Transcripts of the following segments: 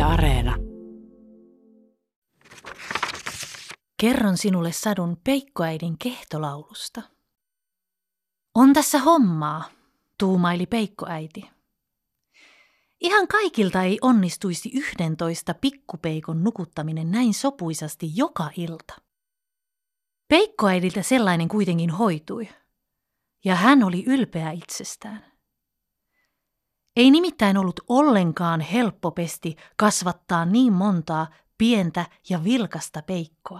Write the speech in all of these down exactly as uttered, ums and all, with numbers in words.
Areena. Kerron sinulle sadun Peikkoäidin kehtolaulusta. On tässä hommaa, tuumaili Peikkoäiti. Ihan kaikilta ei onnistuisi yhdentoista pikkupeikon nukuttaminen näin sopuisasti joka ilta. Peikkoäidiltä sellainen kuitenkin hoitui, ja hän oli ylpeä itsestään. Ei nimittäin ollut ollenkaan helppopesti kasvattaa niin montaa pientä ja vilkasta peikkoa.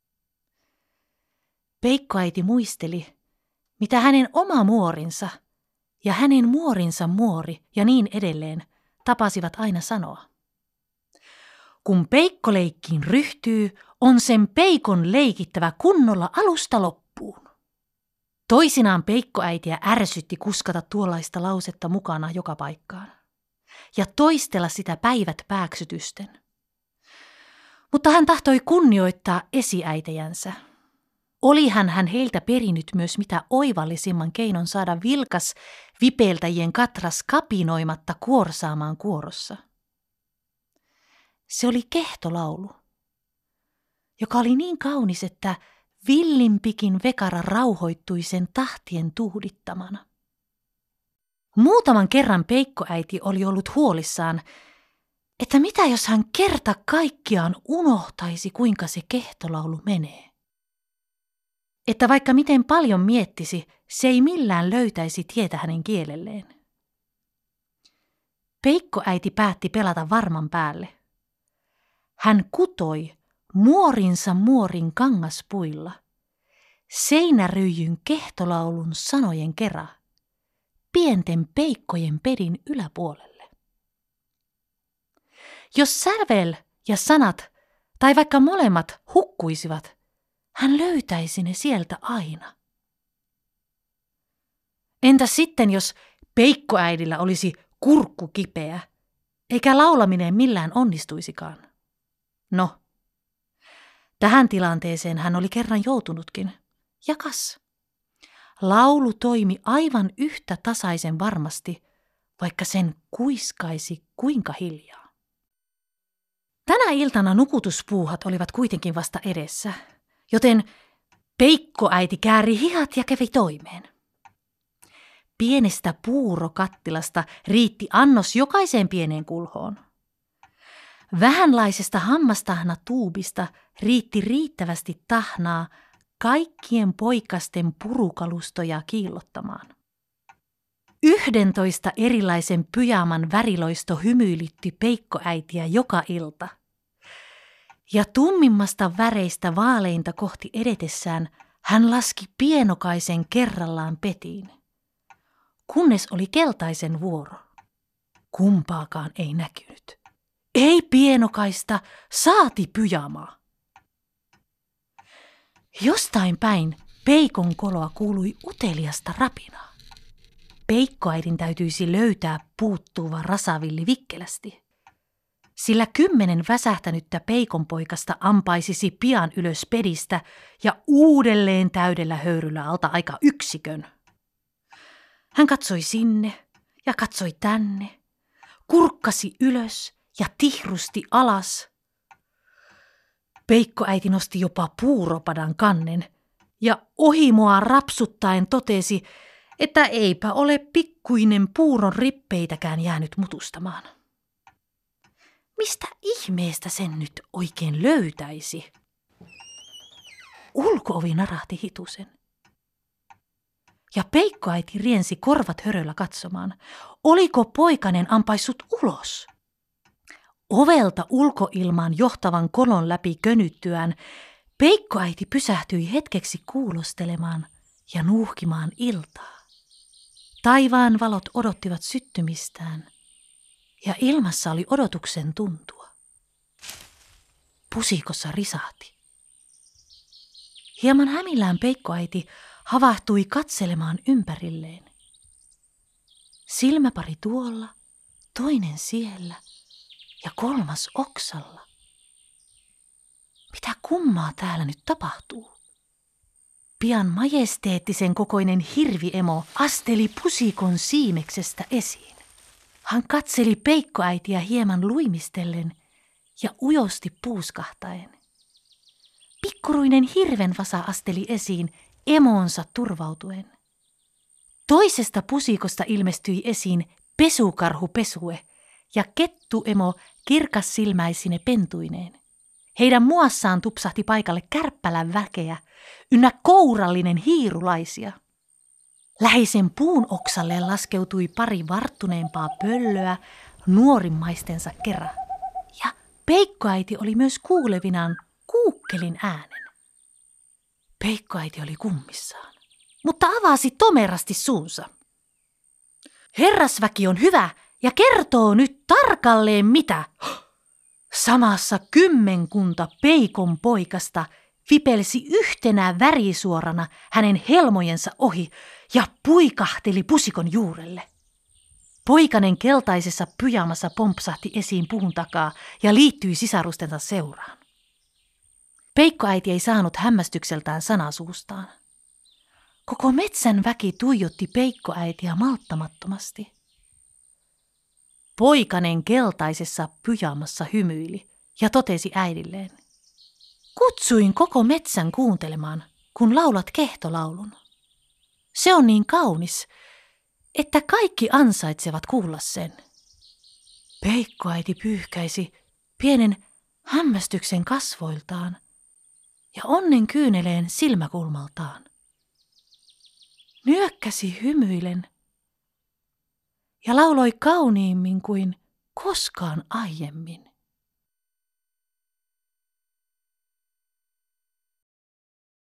Peikkoäiti muisteli, mitä hänen oma muorinsa ja hänen muorinsa muori ja niin edelleen tapasivat aina sanoa. Kun peikkoleikkiin ryhtyy, on sen peikon leikittävä kunnolla alusta loppuun. Toisinaan Peikkoäitiä ärsytti kuskata tuollaista lausetta mukana joka paikkaan ja toistella sitä päivät pääksytysten. Mutta hän tahtoi kunnioittaa esiäitejänsä. Olihan hän heiltä perinyt myös mitä oivallisimman keinon saada vilkas vipeltäjien katras kapinoimatta kuorsaamaan kuorossa. Se oli kehtolaulu, joka oli niin kaunis, että villimpikin vekara rauhoittui sen tahtien tuhdittamana. Muutaman kerran Peikkoäiti oli ollut huolissaan, että mitä jos hän kerta kaikkiaan unohtaisi, kuinka se kehtolaulu menee. Että vaikka miten paljon miettisi, se ei millään löytäisi tietä hänen kielelleen. Peikkoäiti päätti pelata varman päälle. Hän kutoi muorinsa muorin kangaspuilla seinäryijyn kehtolaulun sanojen kera pienten peikkojen pedin yläpuolelle. Jos sävel ja sanat tai vaikka molemmat hukkuisivat, hän löytäisi ne sieltä aina. Entä sitten, jos Peikkoäidillä olisi kurkku kipeä, eikä laulaminen millään onnistuisikaan? No, tähän tilanteeseen hän oli kerran joutunutkin. Ja kas, laulu toimi aivan yhtä tasaisen varmasti, vaikka sen kuiskaisi kuinka hiljaa. Tänä iltana nukutuspuuhat olivat kuitenkin vasta edessä, joten Peikkoäiti kääri hihat ja kävi toimeen. Pienestä puurokattilasta riitti annos jokaiseen pieneen kulhoon. Vähänlaisesta hammastahna-tuubista riitti riittävästi tahnaa kaikkien poikasten purukalustoja kiillottamaan. Yhdentoista erilaisen pyjaman väriloisto hymyilytti Peikkoäitiä joka ilta. Ja tummimmasta väreistä vaaleinta kohti edetessään hän laski pienokaisen kerrallaan petiin, kunnes oli keltaisen vuoro. Kumpaakaan ei näkynyt. Ei pienokaista, saati pyjamaa. Jostain päin peikon koloa kuului uteliasta rapinaa. Peikkoäidin täytyisi löytää puuttuva rasavilli vikkelästi, sillä kymmenen väsähtänyttä peikonpoikasta ampaisisi pian ylös pedistä ja uudelleen täydellä höyryllä alta aika yksikön. Hän katsoi sinne ja katsoi tänne, kurkkasi ylös ja tihrusti alas. Peikkoäiti nosti jopa puuropadan kannen ja ohimoa rapsuttaen totesi, että eipä ole pikkuinen puuron rippeitäkään jäänyt mutustamaan. Mistä ihmeestä sen nyt oikein löytäisi? Ulko-ovi narahti hitusen. Ja Peikkoäiti riensi korvat höröllä katsomaan, oliko poikanen ampaissut ulos. Ovelta ulkoilmaan johtavan kolon läpi könyttyään Peikkoäiti pysähtyi hetkeksi kuulostelemaan ja nuuhkimaan iltaa. Taivaan valot odottivat syttymistään ja ilmassa oli odotuksen tuntua. Pusikossa risahti. Hieman hämillään Peikkoäiti havahtui katselemaan ympärilleen. Silmäpari tuolla, toinen siellä ja kolmas oksalla. Mitä kummaa täällä nyt tapahtuu? Pian majesteettisen kokoinen hirviemo asteli pusikon siimeksestä esiin. Hän katseli Peikkoäitiä hieman luimistellen ja ujosti puuskahtaen. Pikkuruinen hirvenvasa asteli esiin emoonsa turvautuen. Toisesta pusikosta ilmestyi esiin pesukarhu Pesue ja kettuemo kirkassilmäisine pentuineen. Heidän muassaan tupsahti paikalle kärppälän väkeä, ynnä kourallinen hiirulaisia. Läheisen puun oksalle laskeutui pari varttuneempaa pöllöä nuorimmaistensa kera. Ja Peikkoäiti oli myös kuulevinaan kuukkelin äänen. Peikkoäiti oli kummissaan, mutta avasi tomerasti suunsa. Herrasväki on hyvä ja kertoo nyt tarkalleen mitä. Samassa kymmenkunta Peikon poikasta vipelsi yhtenä värisuorana hänen helmojensa ohi ja puikahteli pusikon juurelle. Poikanen keltaisessa pyjamassa pompsahti esiin puun takaa ja liittyi sisarustensa seuraan. Peikkoäiti ei saanut hämmästykseltään sanaa suustaan. Koko metsän väki tuijotti Peikkoäitiä malttamattomasti. Poikanen keltaisessa pyjamassa hymyili ja totesi äidilleen: Kutsuin koko metsän kuuntelemaan, kun laulat kehtolaulun. Se on niin kaunis, että kaikki ansaitsevat kuulla sen. Peikkoäiti pyyhkäisi pienen hämmästyksen kasvoiltaan ja onnen kyyneleen silmäkulmaltaan. Nyökkäsi hymyillen ja lauloi kauniimmin kuin koskaan aiemmin.